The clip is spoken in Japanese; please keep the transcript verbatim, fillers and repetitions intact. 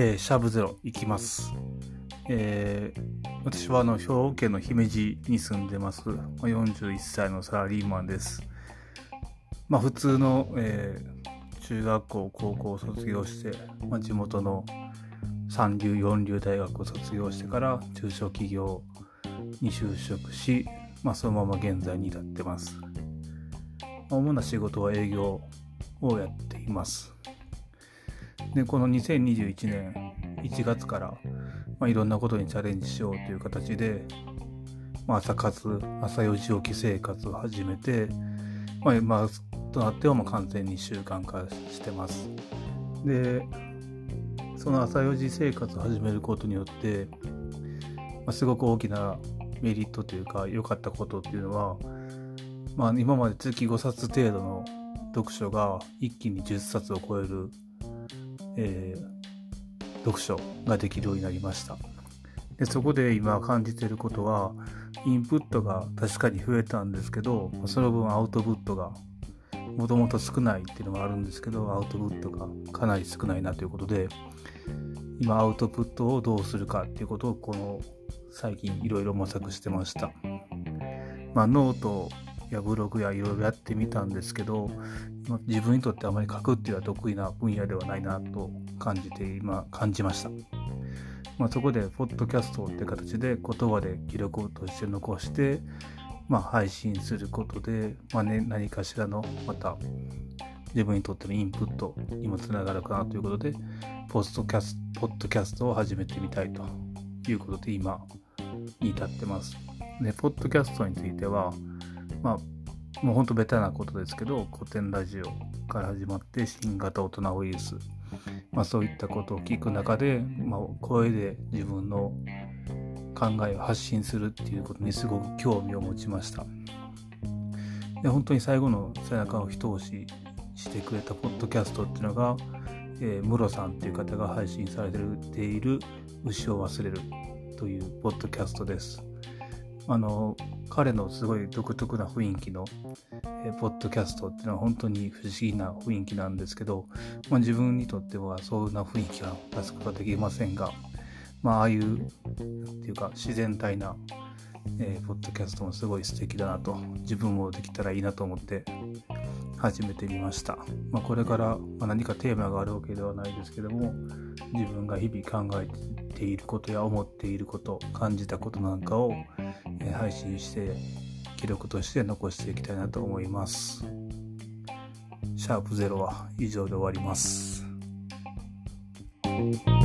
えー、シャープゼロいきます。えー、私はあの兵庫県の姫路に住んでます。よんじゅういっさいのサラリーマンです。まあ普通の、えー、中学校高校を卒業して、まあ、地元の三流四流大学を卒業してから中小企業に就職し、まあ、そのまま現在に至ってます。主な仕事は営業をやっています。でこのにせんにじゅういちねんいちがつから、まあ、いろんなことにチャレンジしようという形で、まあ、朝活朝よじ起き生活を始めて、まあ、まあ、となってはもう完全に習慣化してます。でその朝よじ生活を始めることによって、まあ、すごく大きなメリットというか良かったことっていうのは、まあ、今まで月ごさつ程度の読書が一気にじゅっさつを超える、えー、読書ができるようになりました。でそこで今感じていることは、インプットが確かに増えたんですけど、その分アウトプットがもともと少ないっていうのもあるんですけど、アウトプットがかなり少ないなということで、今アウトプットをどうするかっていうことをこの最近いろいろ模索してました。まあノートやブログやいろいろやってみたんですけど、自分にとってあまり書くっていうのは得意な分野ではないなと感じて今感じました。まあ、そこでポッドキャストって形で言葉で記録として残して、まあ、配信することで、まあね、何かしらのまた自分にとってのインプットにもつながるかなということで、ポッドキャスト、ポッドキャストを始めてみたいということで今に至ってます。で、ポッドキャストについては、まあ、もう本当ベタなことですけど、古典ラジオから始まって新型大人ウイルス、まあ、そういったことを聞く中で、まあ、声で自分の考えを発信するっていうことにすごく興味を持ちました。で本当に最後の背中を一押ししてくれたポッドキャストっていうのが、えー、ムロさんっていう方が配信されている牛を忘れるというポッドキャストです。あの彼のすごい独特な雰囲気の、えー、ポッドキャストっていうのは本当に不思議な雰囲気なんですけど、まあ、自分にとってはそんな雰囲気は出すことはできませんが、まあ、ああいうっていうか自然体な、えー、ポッドキャストもすごい素敵だなと、自分もできたらいいなと思って始めてみました。まあ、これから、まあ、何かテーマがあるわけではないですけども、自分が日々考えていることや思っていること、感じたことなんかを、えー、配信して記録として残していきたいなと思います。シャープゼロは以上で終わります。